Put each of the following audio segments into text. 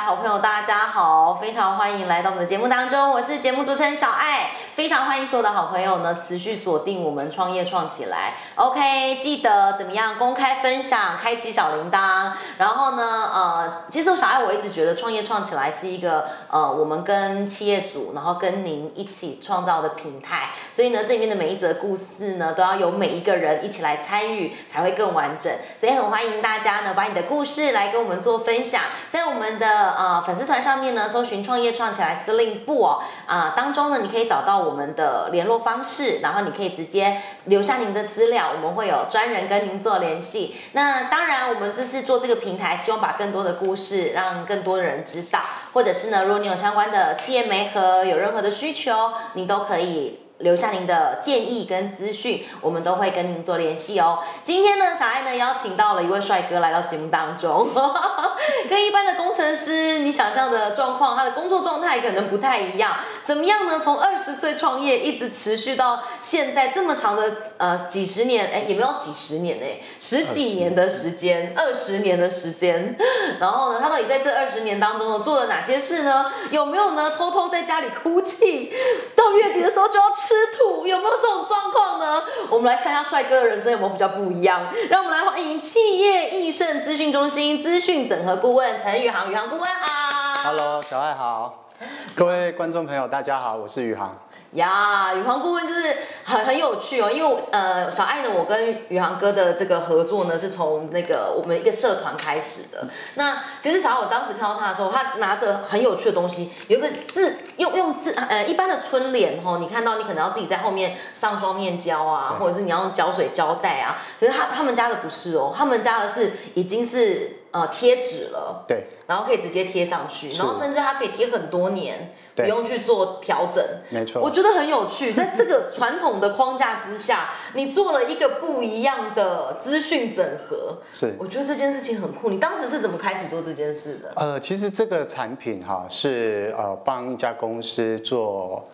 好朋友，大家好，非常欢迎来到我们的节目当中，我是节目主持人小爱，非常欢迎所有的好朋友呢持续锁定我们创业创起来 ，OK， 记得怎么样公开分享，开启小铃铛，然后呢，其实小爱我一直觉得创业创起来是一个我们跟企业主，然后跟您一起创造的平台，所以呢，这里面的每一则故事呢，都要由每一个人一起来参与，才会更完整，所以很欢迎大家呢把你的故事来跟我们做分享，在我们的粉丝团上面呢，搜寻创业创起来司令部哦，当中呢你可以找到我们的联络方式，然后你可以直接留下您的资料，我们会有专人跟您做联系。那当然，我们这是做这个平台，希望把更多的故事让更多的人知道，或者是呢，如果你有相关的企业媒合，有任何的需求，你都可以留下您的建议跟资讯，我们都会跟您做联系哦。今天呢，小爱呢邀请到了一位帅哥来到节目当中，跟一般的工程师你想象的状况，他的工作状态可能不太一样。怎么样呢？从20岁创业一直持续到现在这么长的几十年，也没有几十年10几年的时间，20年的时间。然后呢，他到底在这20年当中做了哪些事呢？有没有呢偷偷在家里哭泣，到月底的时候就要吃土，有没有这种状况呢？我们来看一下帅哥的人生有没有比较不一样。让我们来欢迎企业益盛资讯中心资讯整合顾问陈宇航，宇航顾问好。 Hello， 小爱好，各位观众朋友大家好，我是宇航。 呀，宇航顾问就是很有趣哦，因为小爱呢，我跟宇航哥的这个合作呢，是从那个我们一个社团开始的。那其实小爱我当时看到他的时候，他拿着很有趣的东西，有一个字用字一般的春联哦，你看到你可能要自己在后面上双面胶啊，或者是你要用胶水胶带啊，可是他们家的不是哦，他们家的是已经是贴纸了， 对， 然后可以直接贴上去，然后甚至它可以贴很多年。不用去做调整， 没错， 我觉得很有趣。在这个传统的框架之下，你做了一个不一样的资讯整合， 是， 我觉得这件事情很酷。你当时是怎么开始做这件事的？ 其实这个产品是帮一家公司做，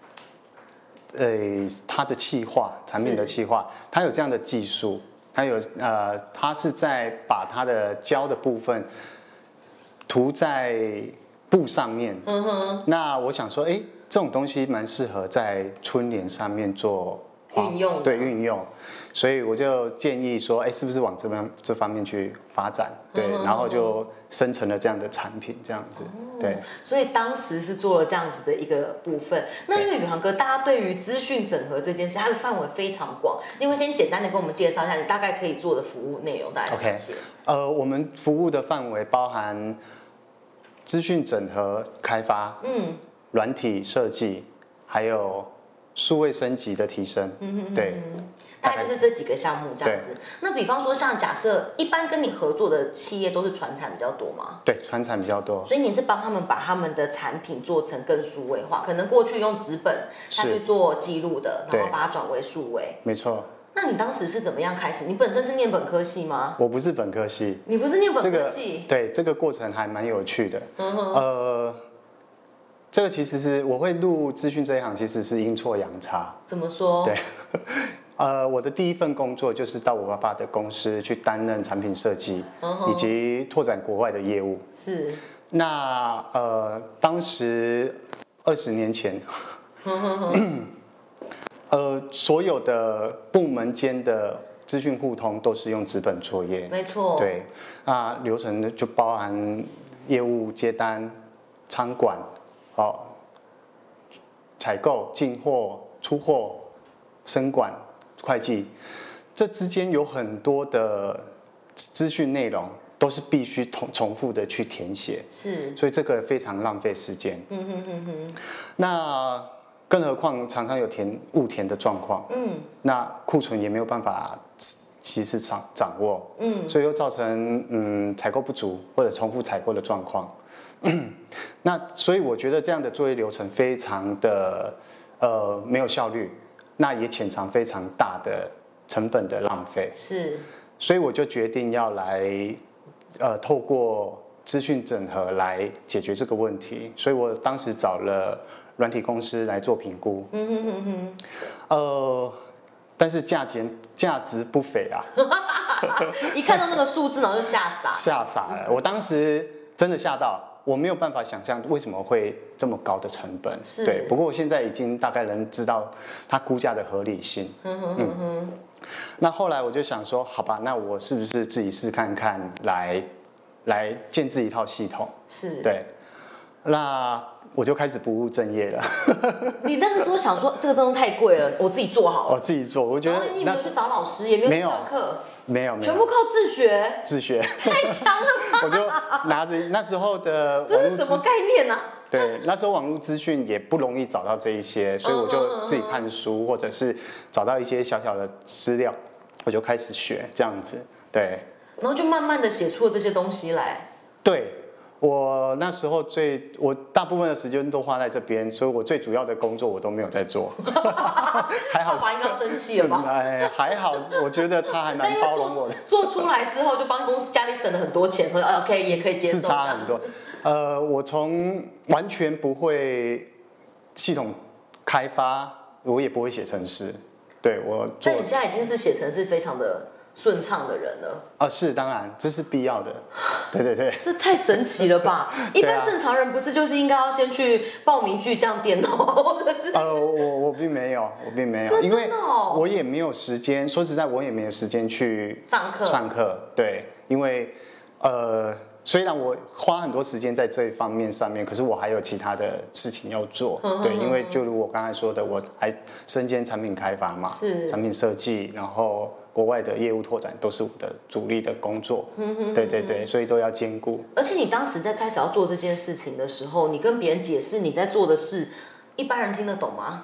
它的企划，产品的企划，它有这样的技术，它是在把它的胶的部分涂在布上面，那我想说，这种东西蛮适合在春联上面做运用， 对，运用，所以我就建议说，是不是往这方面去发展？对，然后就生成了这样的产品，这样子，对。 所以当时是做了这样子的一个部分。那因为宇航哥，大家对于资讯整合这件事，它的范围非常广，你会先简单的跟我们介绍一下，你大概可以做的服务内容大概有哪些？ 我们服务的范围包含资讯整合开发，软体设计，还有数位升级的提升，对， 大概就是这几个项目这样子。那比方说，像假设一般跟你合作的企业都是传产比较多吗？ 对，传产比较多。 所以你是帮他们把他们的产品做成更数位化，可能过去用纸本他去做记录的，然后把它转为数位。 没错。 那你当时是怎么样开始？你本身是念本科系吗？ 我不是本科系。 你不是念本科系？ 对，这个过程还蛮有趣的。这个其实是我会入资讯这一行，其实是阴错阳差。 怎么说？ 对，我的第一份工作就是到我爸爸的公司去担任产品设计，以及拓展国外的业务。 是。 那当时20年前，所有的部门间的资讯互通都是用纸本作业。 没错。 对，那流程就包含业务接单、仓管。采购、进货、出货、生管、会计，这之间有很多的资讯内容，都是必须重复的去填写， 是， 所以这个非常浪费时间。那更何况常常有误填的状况，那库存也没有办法及时掌握，所以又造成采购不足或者重复采购的状况。那所以我觉得这样的作业流程非常的没有效率，那也潜藏非常大的成本的浪费。 是， 所以我就决定要来透过资讯整合来解决这个问题。所以我当时找了软体公司来做评估。但是价值不菲啊！ 一看到那个数字，然后就吓傻。 吓傻了，我当时真的吓到。 我没有办法想象为什么会这么高的成本。对，不过我现在已经大概能知道它估价的合理性。那后来我就想说，好吧，那我是不是自己试看看，来建制一套系统？对。那我就开始不务正业了。 你那个时候想说，这个东西太贵了，我自己做好了。 我自己做，我觉得你没有去找老师，也没有去上课， 没有， 全部靠自学。 自学， 太强了吧！ 我就拿着那时候的， 这是什么概念啊？ 对，那时候网络资讯也不容易找到这一些，所以我就自己看书，或者是找到一些小小的资料，我就开始学这样子。对， 然后就慢慢的写出了这些东西来。 对。我那时候我大部分的时间都花在这边，所以我最主要的工作我都没有在做。还好， 爸爸应该要生气了吧？ 哎，还好，我觉得他还蛮包容我的。 做出来之后就帮家里省了很多钱，所以OK也可以接受。 是差很多。我从完全不会系统开发，我也不会写程式。对我做， 但你现在已经是写程式非常的顺畅的人了。 是当然，这是必要的。对。 这太神奇了吧！一般正常人不是就是应该要先去报名巨匠店哦，或者是？ 我并没有，因为我也没有时间。说实在，我也没有时间去上课。对，因为虽然我花很多时间在这一方面上面，可是我还有其他的事情要做。对，因为就如我刚才说的，我还身兼产品开发嘛，产品设计，然后国外的业务拓展都是我的主力的工作。对，所以都要兼顾。 而且你当时在开始要做这件事情的时候，你跟别人解释你在做的事，一般人听得懂吗？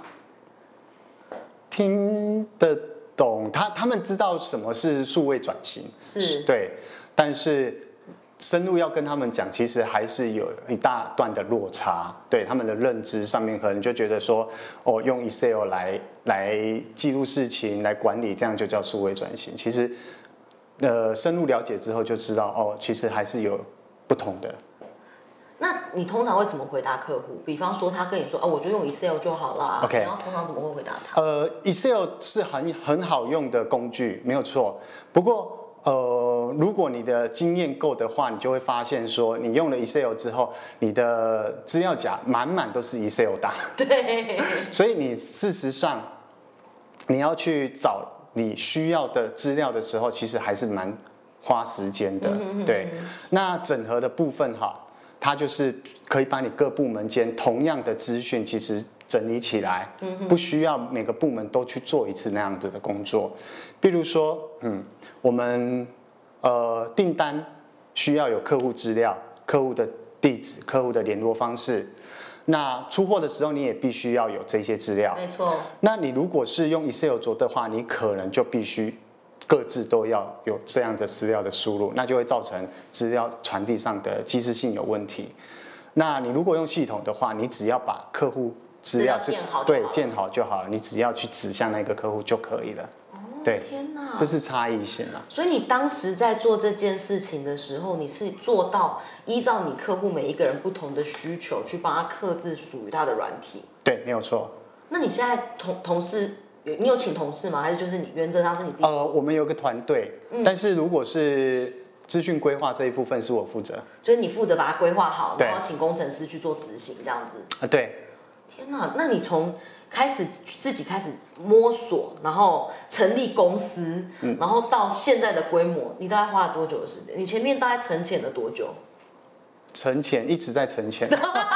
听得懂，他们知道什么是数位转型，对，但是深入要跟他们讲，其实还是有一大段的落差。对他们的认知上面，可能就觉得说，用 Excel 来记录事情、来管理，这样就叫数位转型。其实，深入了解之后就知道，其实还是有不同的。 那你通常会怎么回答客户？比方说他跟你说，我就用 Excel 就好啦。 OK， 然后通常怎么会回答他 ？Excel 是很好用的工具，没有错。不过，如果你的经验够的话，你就会发现说，你用了 Excel 之后，你的资料夹满满都是 Excel 档。 对。 所以你事实上，你要去找你需要的资料的时候，其实还是蛮花时间的。对。那整合的部分它就是可以把你各部门间同样的资讯，其实整理起来，不需要每个部门都去做一次那样子的工作。比如说，我们订单需要有客户资料、客户的地址、客户的联络方式。那出货的时候，你也必须要有这些资料。 没错。 那你如果是用 Excel 做的话，你可能就必须各自都要有这样的资料的输入，那就会造成资料传递上的及时性有问题。那你如果用系统的话，你只要把客户资料建好就好了，你只要去指向那个客户就可以了。对， 天哪， 这是差异性啊。 所以你当时在做这件事情的时候，你是做到依照你客户每一个人不同的需求，去帮他客制属于他的软体。 对，没有错。 那你现在同事，你有请同事吗？还是就是你原则上是你自己？ 我们有个团队，但是如果是资讯规划这一部分是我负责， 就是你负责把它规划好，然后请工程师去做执行这样子。 对。 天哪，那你从自己开始摸索，然后成立公司，然后到现在的规模，你大概花了多久的时间？你前面大概沉潜了多久？ 沉潜，一直在沉潜。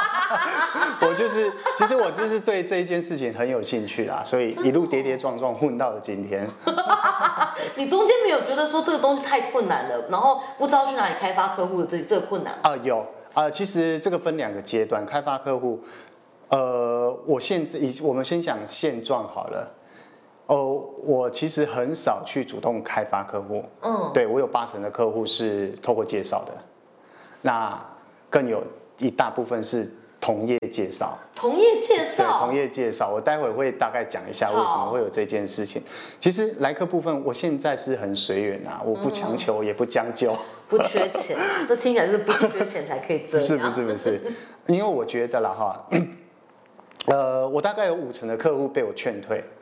其实我就是对这一件事情很有兴趣啦，所以一路跌跌撞撞混到了今天。 你中间没有觉得说这个东西太困难了，然后不知道去哪里开发客户的这个困难？ 有其实这个分2个阶段，开发客户。我们先讲现状好了。我其实很少去主动开发客户。对，我有80%的客户是透过介绍的，那更有一大部分是同业介绍。 同业介绍？ 对，同业介绍。我待会会大概讲一下为什么会有这件事情。其实来客部分，我现在是很随缘啊，我不强求，也不将就。 不缺钱，这听起来就是不缺钱才可以这样。 不是，因为我觉得啦我大概有50%的客户被我劝退。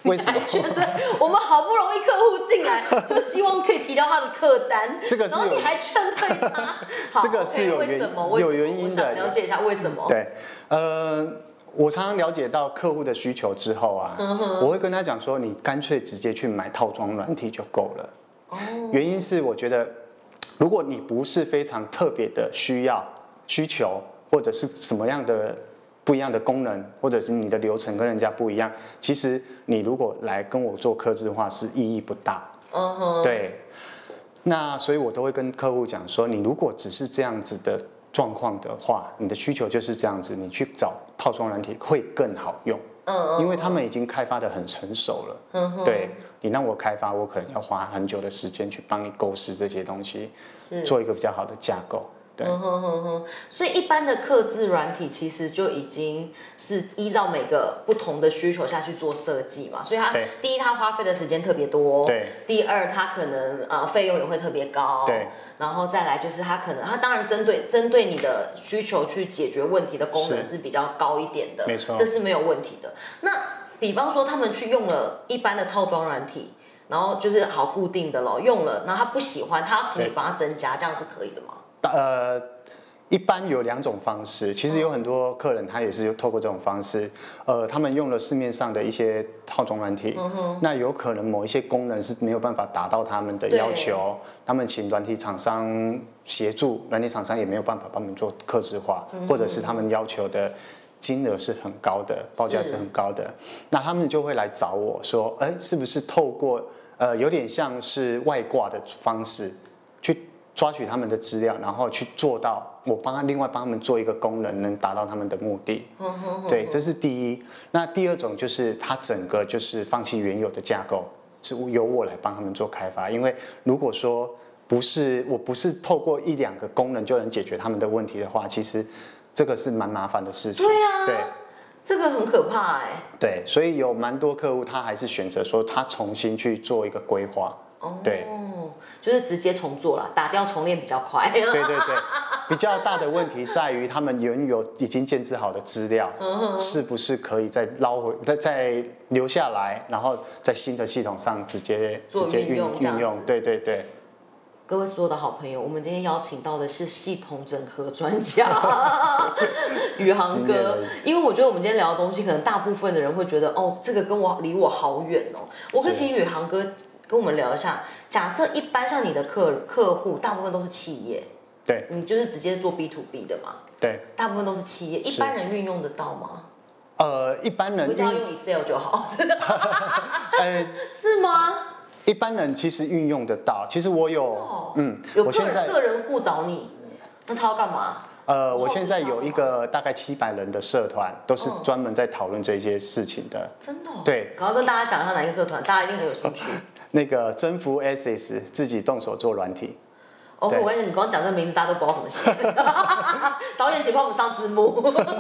为什么？ 对，我们好不容易客户进来，就希望可以提到他的客单， 这个是然后你还劝退他， 这个是有原因的， 我想了解一下为什么？ 对，我常常了解到客户的需求之后啊，我会跟他讲说，你干脆直接去买套装软体就够了。原因是我觉得，如果你不是非常特别的需求，或者是什么样的不一样的功能，或者是你的流程跟人家不一样，其实你如果来跟我做客制化是意义不大。对。那所以我都会跟客户讲说，你如果只是这样子的状况的话，你的需求就是这样子，你去找套装软体会更好用。因为他们已经开发的很成熟了。对，你让我开发，我可能要花很久的时间去帮你构思这些东西，做一个比较好的架构。对， 所以一般的客制软体其实就已经是依照每个不同的需求下去做设计嘛，所以它第一它花费的时间特别多， 对， 第二它可能费用也会特别高， 对， 然后再来就是它当然针对你的需求去解决问题的功能是比较高一点的， 没错， 这是没有问题的。那比方说他们去用了一般的套装软体，然后就是好固定的咯，用了，然后他不喜欢，他要请你帮他增加，这样是可以的吗？ 一般有2种方式，其实有很多客人他也是透过这种方式，他们用了市面上的一些套装软体，那有可能某一些功能是没有办法达到他们的要求，他们请软体厂商协助，软体厂商也没有办法帮我们做客制化，或者是他们要求的金额是很高的，报价是很高的，那他们就会来找我说，是不是透过有点像是外挂的方式去抓取他们的资料，然后去做到我另外帮他们做一个功能，能达到他们的目的。对，这是第一。那第二种就是他整个就是放弃原有的架构，是由我来帮他们做开发。因为如果说我不是透过1、2个功能就能解决他们的问题的话，其实这个是蛮麻烦的事情。 对啊， 对， 这个很可怕哎。 对，所以有蛮多客户他还是选择说他重新去做一个规划。对。 就是直接重做了，打掉重练比较快。 对对对，比较大的问题在于他们原有已经建置好的资料，是不是可以再捞回、再留下来，然后在新的系统上直接运用。对对对。 各位所有的好朋友，我们今天邀请到的是系统整合专家宇航哥，因为我觉得我们今天聊的东西，可能大部分的人会觉得，这个离我好远哦。我可以请宇航哥跟我们聊一下，假设一般像你的客户，大部分都是企业， 对， 你就是直接做 B to B 的嘛， 对， 大部分都是企业，一般人运用得到吗？ 一般人我叫用 Excel 就好，是吗？ 一般人其实运用得到，其实我有， 有个人户找你，那他要干嘛？ 我现在有一个大概700人的社团，都是专门在讨论这些事情的。 真的？ 对， 赶快跟大家讲一下哪一个社团，大家一定很有兴趣。 那个征服 SS 自己动手做软体。 我跟你讲，你光讲这个名字，大家都不知道怎么写。导演，请帮我们上字幕。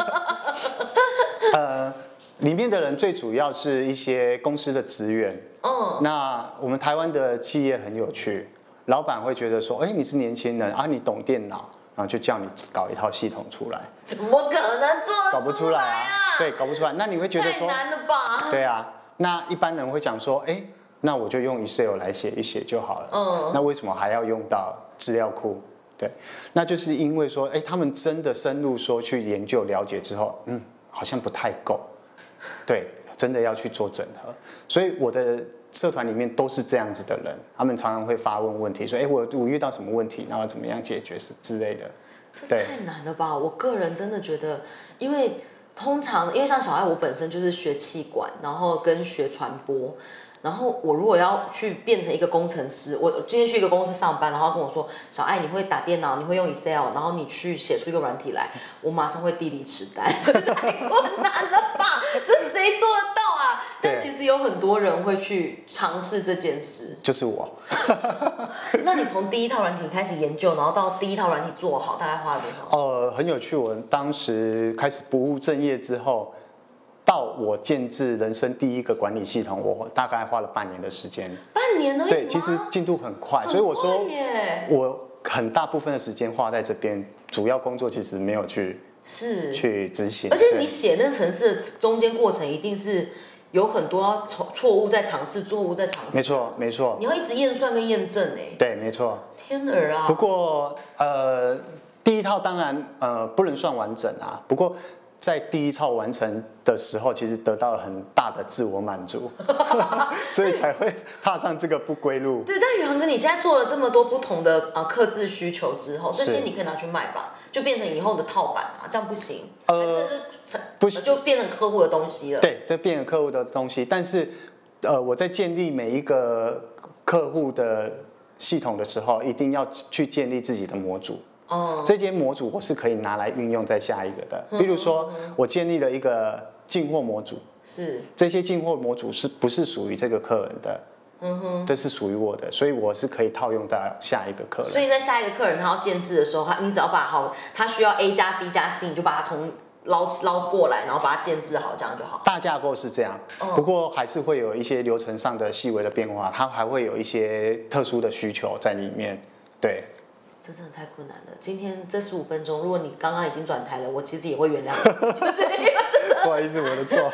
里面的人最主要是一些公司的职员。那我们台湾的企业很有趣，老板会觉得说，你是年轻人啊，你懂电脑，然后就叫你搞一套系统出来。 怎么可能做得搞不出来啊？对，搞不出来。那你会觉得说， 太难了吧？ 对啊。那一般人会讲说，那我就用 Excel 来写一写就好了。那为什么还要用到资料库？对，那就是因为说，他们真的深入说去研究了解之后，好像不太够。对，真的要去做整合。所以我的社团里面都是这样子的人，他们常常会发问问题，说，我遇到什么问题，然后怎么样解决之类的。 这太难了吧？我个人真的觉得，因为像小爱，我本身就是学企管，然后跟学传播。然后我如果要去变成一个工程师，我今天去一个公司上班，然后跟我说，小爱你会打电脑，你会用 Excel， 然后你去写出一个软体来，我马上会地理痴呆，这太困难了吧？这谁做得到啊？但其实有很多人会去尝试这件事， 就是我。 那你从第一套软体开始研究，然后到第一套软体做好，大概花了多少？很有趣。我当时开始不务正业之后，到我建制人生第一个管理系统，我大概花了半年的时间。 半年而已吗？ 对，其实进度很快，所以我说我很大部分的时间花在这边，主要工作其实没有去执行。 而且你写那个程式的中间过程，一定是有很多错误在尝试，错误在尝试。 没错，没错。 你要一直验算跟验证哎。 对，没错。 天儿啊！ 不过第一套当然不能算完整啊，不过在第一套完成的时候，其实得到了很大的自我满足，所以才会踏上这个不归路。 对，但宇航哥，你现在做了这么多不同的客制需求之后，这些你可以拿去卖吧，就变成以后的套版啊，这样不行？不行，就变成客户的东西了。 对，这变成客户的东西，但是我在建立每一个客户的系统的时候，一定要去建立自己的模组。这些模组我是可以拿来运用在下一个的。比如说，我建立了一个进货模组， 是这些进货模组是不是属于这个客人的？这是属于我的，所以我是可以套用到下一个客人。 所以在下一个客人他要建制的时候，你只要把他需要 A 加 B 加 C， 你就把它从捞过来，然后把它建制好，这样就好。 大架构是这样，不过还是会有一些流程上的细微的变化，它还会有一些特殊的需求在里面。对， 这真的太困难了。今天这15分钟，如果你刚刚已经转台了，我其实也会原谅你，就是因为不好意思，我的错。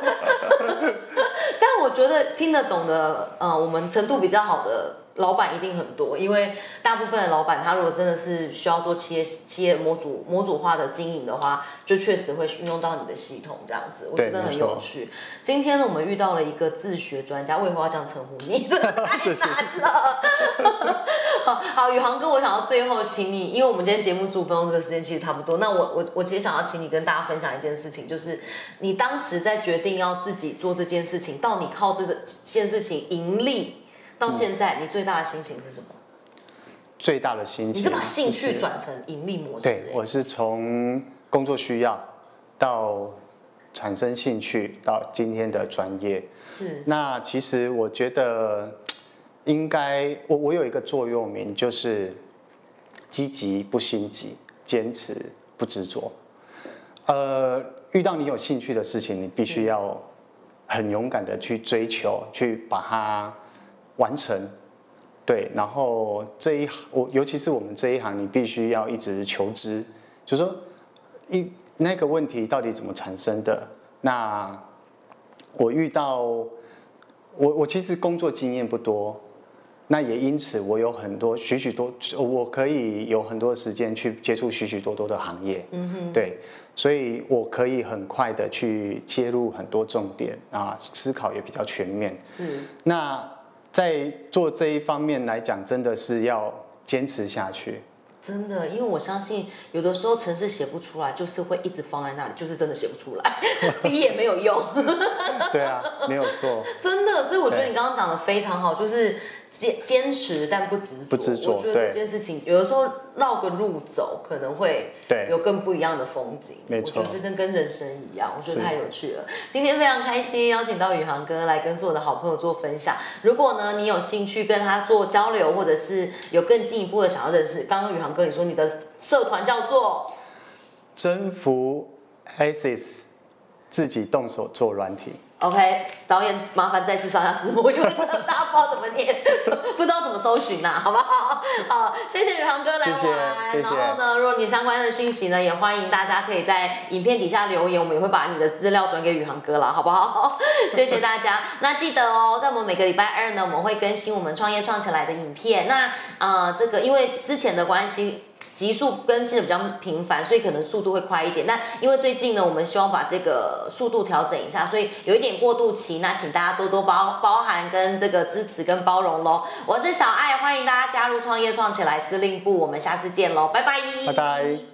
但我觉得听得懂的，我们程度比较好的老板一定很多，因为大部分的老板他如果真的是需要做企业模组化的经营的话，就确实会运用到你的系统这样子，我觉得很有趣。今天呢，我们遇到了一个自学专家，为何要这样称呼你？真的太难了。好，宇航哥，我想要最后请你，因为我们今天节目15分钟这个时间其实差不多，那我其实想要请你跟大家分享一件事情，就是你当时在决定要自己做这件事情，到你靠这件事情盈利。到现在，你最大的心情是什么？ 最大的心情， 你是把兴趣转成盈利模式？ 对，我是从工作需要到产生兴趣，到今天的专业。 是。那其实我觉得应该，我有一个座右铭，就是积极不心急，坚持不执着。遇到你有兴趣的事情，你必须要很勇敢的去追求，去把它完成，对，然后尤其是我们这一行，你必须要一直求知，就是说那个问题到底怎么产生的？那我遇到我其实工作经验不多，那也因此我有很多许多，我可以有很多时间去接触许多的行业，对，所以我可以很快的去切入很多重点啊，思考也比较全面。 是那。在做这一方面来讲，真的是要坚持下去。 真的，因为我相信有的时候程式写不出来，就是会一直放在那里，就是真的写不出来，逼也没有用。 对啊，没有错。 真的，所以我觉得你刚刚讲的非常好，就是坚持但不执着。 不执着， 我觉得这件事情有的时候绕个路走，可能会有更不一样的风景。 没错， 我觉得这真跟人生一样，我觉得太有趣了。今天非常开心，邀请到宇航哥来跟所有的好朋友做分享。如果呢你有兴趣跟他做交流，或者是有更进一步的想要认识，刚刚宇航哥你说你的社团叫做征服 ASIS， 自己动手做软体。 OK， 导演麻烦再次上下字幕，因为大家不知道怎么念，不知道怎么搜寻呐，好不好？好，谢谢宇航哥来玩。 谢谢。 然后呢，如果你相关的讯息呢，也欢迎大家可以在影片底下留言，我们也会把你的资料转给宇航哥啦，好不好？谢谢大家。那记得哦，在我们每个礼拜2呢，我们会更新我们创业创起来的影片。那这个因为之前的关系。集数更新的比较频繁，所以可能速度会快一点。但因为最近呢，我们希望把这个速度调整一下，所以有一点过渡期。那请大家多多包涵跟这个支持跟包容咯。我是小爱，欢迎大家加入创业创起来司令部，我们下次见咯，拜拜。 拜拜。